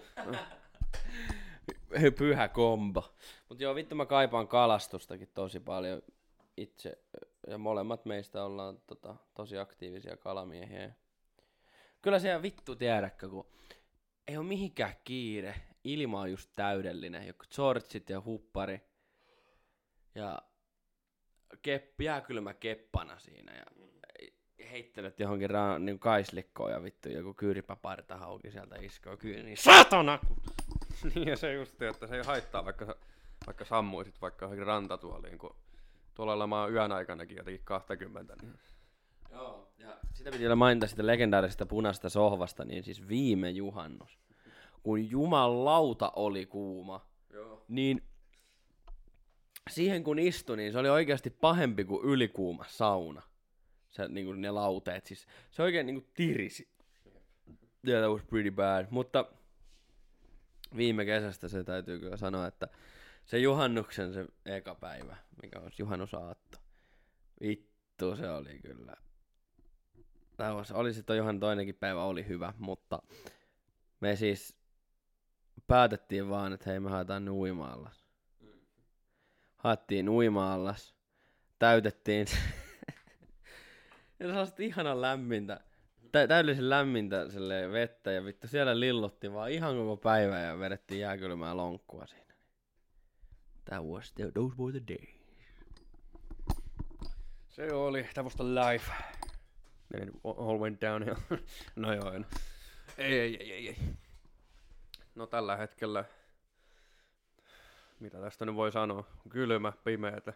Pyhä kombo. Mut joo, vittu mä kaipaan kalastustakin tosi paljon itse. Ja molemmat meistä ollaan tosi aktiivisia kalamiehiä. Kyllä se vittu tiedäkö, kun ei oo mihinkään kiire. Ilma on just täydellinen. Joku shortsit ja huppari. Ja jääkylmä keppana siinä. Ja heittelet johonkin niin kaislikkoon ja vittu joku kyyripäparta hauki sieltä iskoo niin satana! Niin ja se just, että se ei haittaa, vaikka sammuisit vaikka johonkin rantatuoliin, kun tuolla mä oon yön aikanakin jotenkin 20. Niin. Joo, ja sitä piti vielä mainita sitä legendaarisesta punaista sohvasta, niin siis viime juhannus, kun jumalauta oli kuuma, joo, niin siihen kun istui, niin se oli oikeasti pahempi kuin ylikuuma sauna. Se, niin kuin ne lauteet, siis se oikein niin kuin tirisi. Yeah, that was pretty bad. Mutta viime kesästä se täytyy kyllä sanoa, että se juhannuksen se eka päivä, mikä on juhannusaatto. Vittu, se oli kyllä. Oli sitten Johan toinenkin päivä oli hyvä, mutta me siis päätettiin vaan, että hei me haetaan uima-allas. Haettiin uima-allas, täytettiin ja se oli ihanan lämmintä, täydellisen lämmintä vettä ja vittu siellä lillotti vaan ihan koko päivä ja vedettiin jääkylmää lonkkua siinä. Those were the days. se oli, that was the life. Then it all went downhill. No joo, ei. No tällä hetkellä, mitä tästä nyt voi sanoa, kylmä, pimeätä.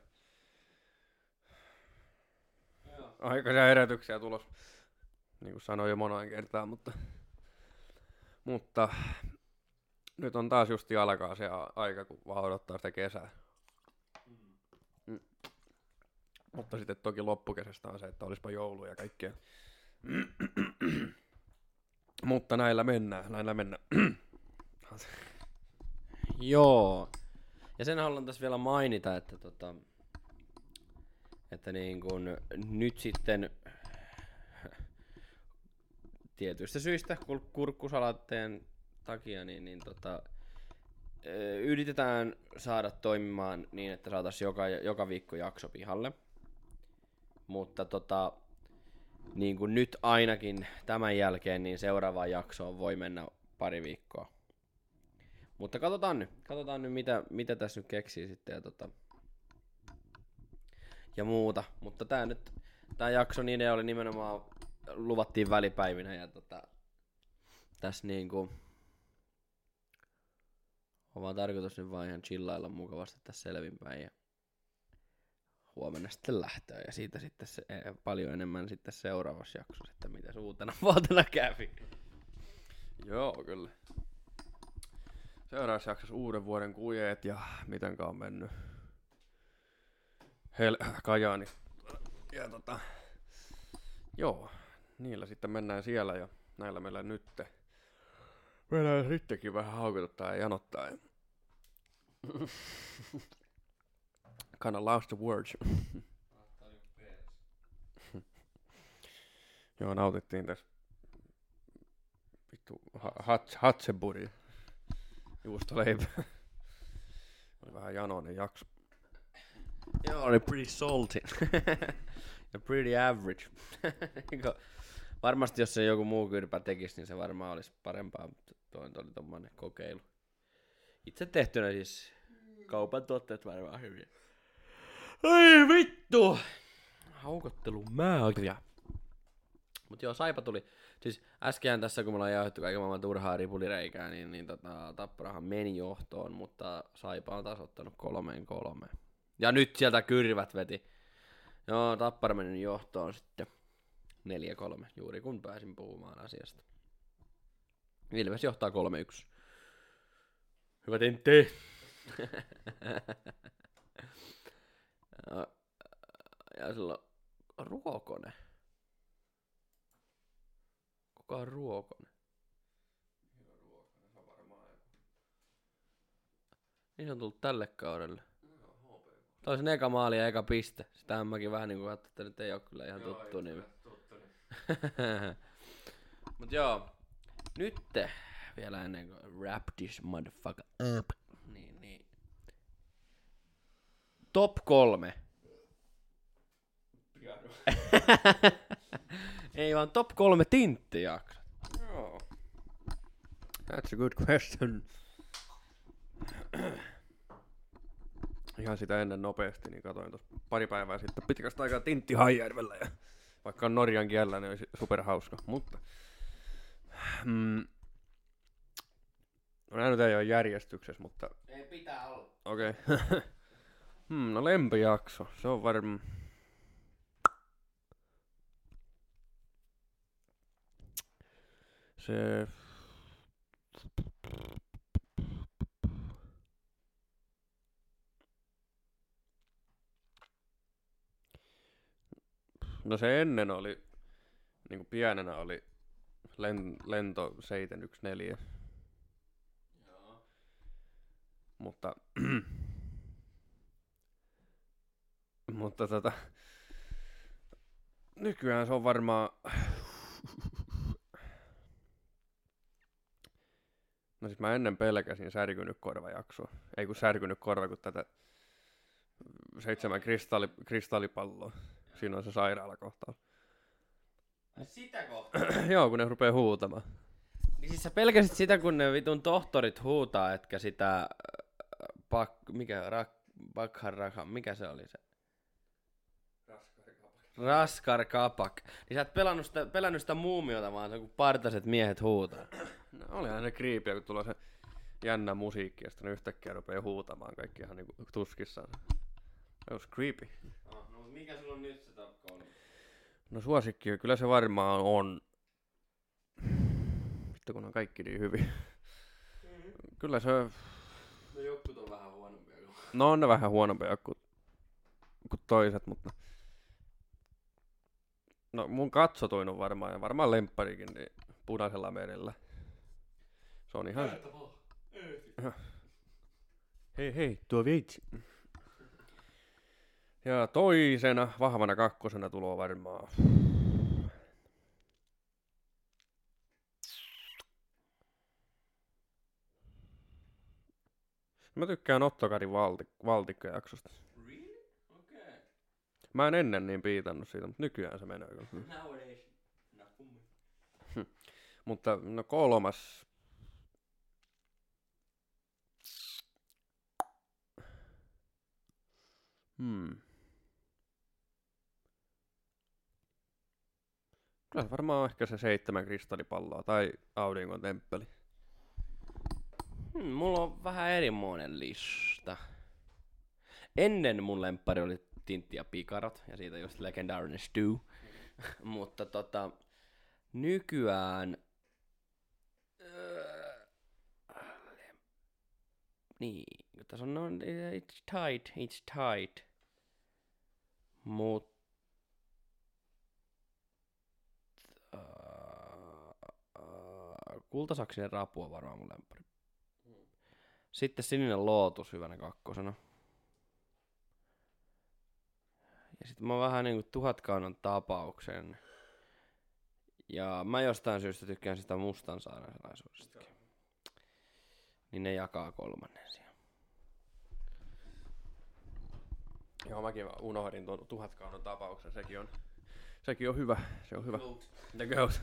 Aikaisia herätyksiä tulos, niin kuin sanoin jo moneen kertaan, mutta nyt on taas justi alkaa se aika, kun vaan odottaa sitä kesää. Mutta sitten toki loppukesästä on se, että olisipa joulu ja kaikkea. Mutta näillä mennään. Joo. Ja sen haluan tässä vielä mainita, että niin kun nyt sitten tietyistä syistä kurkkusalatteen takia niin yritetään saada toimimaan niin, että saataisiin joka viikko jakso pihalle. Mutta niin kuin nyt ainakin tämän jälkeen, niin seuraavaan jaksoon voi mennä pari viikkoa. Mutta katsotaan nyt mitä tässä nyt keksii sitten ja muuta. Mutta tää jakson idea oli nimenomaan, luvattiin välipäivinä ja tässä niinku on vaan tarkoitus nyt vaan ihan chillailla mukavasti tässä selvinpäin ja huomenna sitten lähtöä ja siitä sitten paljon enemmän sitten seuraavassa jaksossa, että mitä uutena vuotena kävi. Joo, kyllä. Seuraavassa jaksossa uuden vuoden kujeet ja mitenkä on mennyt Kajaani. Ja joo, niillä sitten mennään siellä ja näillä meillä nytte. Meillä sittenkin vähän haukututtaa ja janottaa. Kinda lost the words. Joo, nautittiin tässä vittu Hatseburi juustoleipä. Oli vähän janoinen jakso. Joo, oli pretty salty. ja pretty average. Varmasti jos se joku muu kyrpä tekisi, niin se varmaan olisi parempaa, mutta toi oli tommonen kokeilu. Itse tehtynä siis kaupan tuotteet varmaan hyviä. Ai vittu! Haukottelu määriä. Mut joo, Saipa tuli. Siis äsken tässä kun me ollaan jauhettu kaiken maailman turhaa ripulireikää, niin Tapparahan meni johtoon, mutta Saipa on taas ottanut 3-3. Ja nyt sieltä Kyrvät veti. Joo, Tappara meni johtoon sitten 4-3, juuri kun pääsin puhumaan asiasta. Ilves johtaa 3-1. Hyvä Tintti! Ja sillä on Ruokonen. Kuka on Ruokonen? Ruokonen, se on varmaan joku. Niin se on tullut tälle kaudelle. Tämä oli sen eka maali ja eka piste. Sitähän mäkin vähän niinku katsoin, että nyt ei oo kyllä ihan tuttu nimi. Mut joo. Nyt vielä ennen kuin wrap this motherfucker up. Niin. Top 3. Ei vaan top 3 tinttijakso. Joo. That's a good question. Ihan sitä ennen nopeasti, niin katsoin tuossa pari päivää sitten pitkästä aikaa Tintti Haijärvellä. Ja vaikka on norjan kielellä, niin olisi superhauska. Mutta nämä nyt ei ole järjestyksessä, mutta Ei pitää olla. okei. No lempijakso, se on varmaan se no se ennen oli niinku pienenä oli lento 714. Joo. Mutta nykyään se on varmaan no siis mä ennen pelkäsin Särkynyt korva-jaksoa. Ei kun Särkynyt korva, kun tätä 7 kristallipalloa. Siinä on se sairaalakohtaus. Sitä kohtaa. Joo, kun ne rupee huutamaan. Niin siis sä pelkäsit sitä, kun ne vitun tohtorit huutaa, etkä sitä mikä se oli se? Raskar Kapak. Niin sä et pelännyt sitä muumiota, vaan se kun partaset miehet huutaa. No olihan se kriipiä, kun tulee se jännä musiikki, ja sitten ne yhtäkkiä rupeaa huutamaan kaikki ihan niinku tuskissaan. Se was creepy. No mikä sulla on nyt se top 3? No suosikki, kyllä se varmaan on. Vittu kun on kaikki niin hyvin. Kyllä se. No jotkut on vähän huonompia kuin. No on ne vähän huonompia kuin toiset, mutta no mun katsotuin on varmaan, ja varmaan lempparikin, niin Punaisella merellä. Se on ihan hei, tuo veitsi. Ja toisena, vahvana kakkosena tuloa varmaan. Mä tykkään Ottokarin valtikkajaksosta. Really? Okei. Okay. Mä en ennen niin piitannut siitä, mutta nykyään se menee kyllä. Nowadays. Nakummi. Mutta no kolmas. Kyllä se varmaan on ehkä se 7 kristallipalloa tai Auringon temppeli. Mulla on vähän erimoinen lista. Ennen mun lemppari oli Tintti ja Pikarat, ja siitä just legendaarinen Stu. Mutta nykyään niin, tässä on no, it's tight. Mutta Kultasaksinen rapu on varmaan mun lemppari. Sitten Sininen Lootus hyvänä kakkosena. Ja sitten mä oon vähän niinku Tuhatkaunon tapauksen. Ja mä jostain syystä tykkään sitä Mustan saarnaisuudestakin. Niin ne jakaa kolmannen siellä. Joo, mäkin unohdin tuon Tuhatkaunon tapauksen. Sekin on hyvä. Se on hyvä. Goat. The Goat.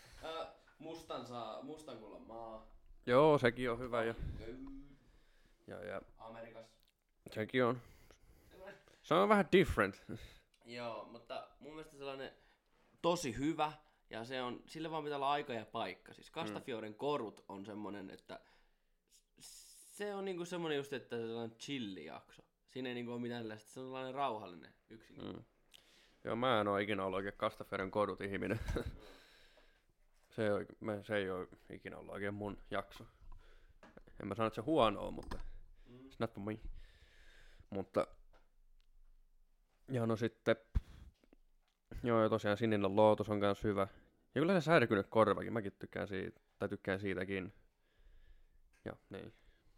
Mustan kullan maa. Joo, sekin on hyvä. Ja Amerikas. sekin on. Se on vähän different. Joo, mutta mun mielestä sellainen tosi hyvä. Ja se on, sille vaan pitää olla aika ja paikka. Siis Castafioren korut on semmonen, että se on niinku semmonen just, että se on sellainen chilli-jakso. Siinä ei niinku ole mitään tällaista, se on sellainen rauhallinen yksinkertainen. Joo, mä en oo ikinä ollut oikein Castafioren korut ihminen. Se ei oo ikinä ollut oikein mun jakso. En mä sano, että se huono on, mutta it's not for me. Mutta ja no sitten joo, ja tosiaan Sininen Lotus on kans hyvä. Ja kyllä se Särkynyt korvakin, mäkin tykkään siitä, tai tykkään siitäkin. Ja niin.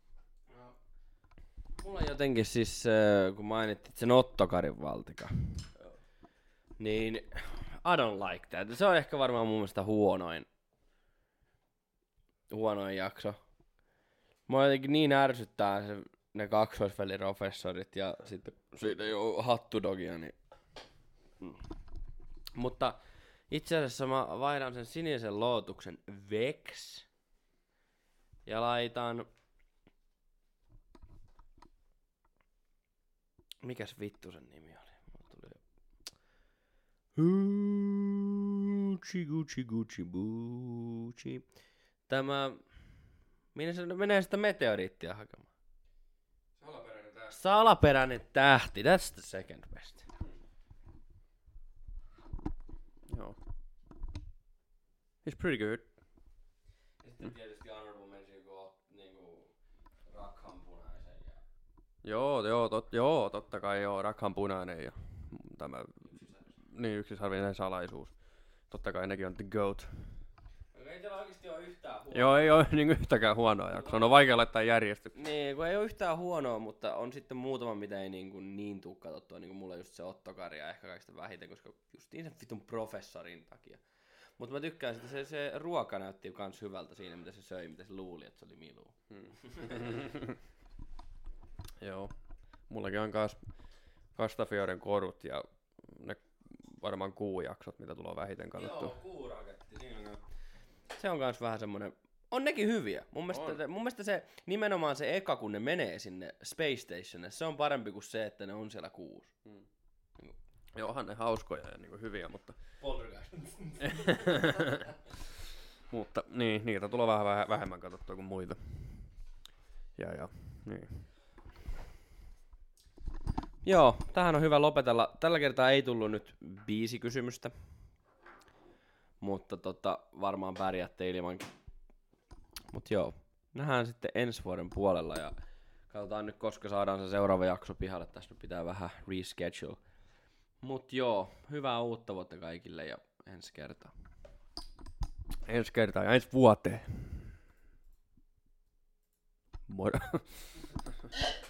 Mulla jotenkin siis, kun mainittit sen Ottokarin valtika, niin I don't like that. Se on ehkä varmaan mun mielestä huonoin jakso. Mua jotenkin niin ärsyttää ne kaksoisväliprofessorit ja sitten siitä ei oo hattudogia, niin Mutta itse asiassa mä vaihdan sen Sinisen Lootuksen Vex. Ja laitan... Mikäs vittu sen nimi oli? Mulla tuli Gucci. Tämä... Minne se menee sitä meteoriittia hakemaan? Salaperäinen tähti. That's the second best. Joo. It's pretty good. Ja sitten tietysti honorable mention, kun niinku Rakhanpunaisen ja... Joo, totta kai joo, Rakhanpunainen ja tämä niin yksisarvinen salaisuus. Totta kai nekin on the GOAT. Ei teillä oikeesti oo yhtään huonoa. Joo, ei oo niinku yhtäkään huonoa jaksoa. On vaikea laittaa järjestykseen. Niin, kun ei oo yhtään huonoa, mutta on sitten muutama, mitä ei niin tuu katsottua. Niin kuin mulla just se Ottokari ja ehkä kaikista vähiten, koska justiin sen vitun professorin takia. Mutta mä tykkään, että se ruoka näytti kans hyvältä siinä, mitä se söi, mitä se luuli, että se oli Miluu. Joo. Mullakin on kans Castafioren korut ja ne varmaan kuujaksot, mitä tulee vähiten katsottua. Joo, kuuraketti. Se on kans vähän semmonen... On nekin hyviä. Mun mielestä se nimenomaan se eka, kun ne menee sinne Space Stationille, se on parempi kuin se, että ne on siellä 6. Joo, onhan ne hauskoja ja niinku hyviä, mutta... Poltergeist. Mutta niin, niitä tulee vähän vähemmän katsottua kuin muita. Ja niin. Joo, tähän on hyvä lopetella. Tällä kertaa ei tullut nyt biisikysymystä. Mutta varmaan pärjäätte ilmankin. Mut joo, nähdään sitten ensi vuoden puolella ja katsotaan nyt koska saadaan se seuraava jakso pihalle. Tässä nyt pitää vähän reschedule. Mut joo, hyvää uutta vuotta kaikille ja ensi kertaa. Ensi kertaa ja ensi vuoteen. Moro.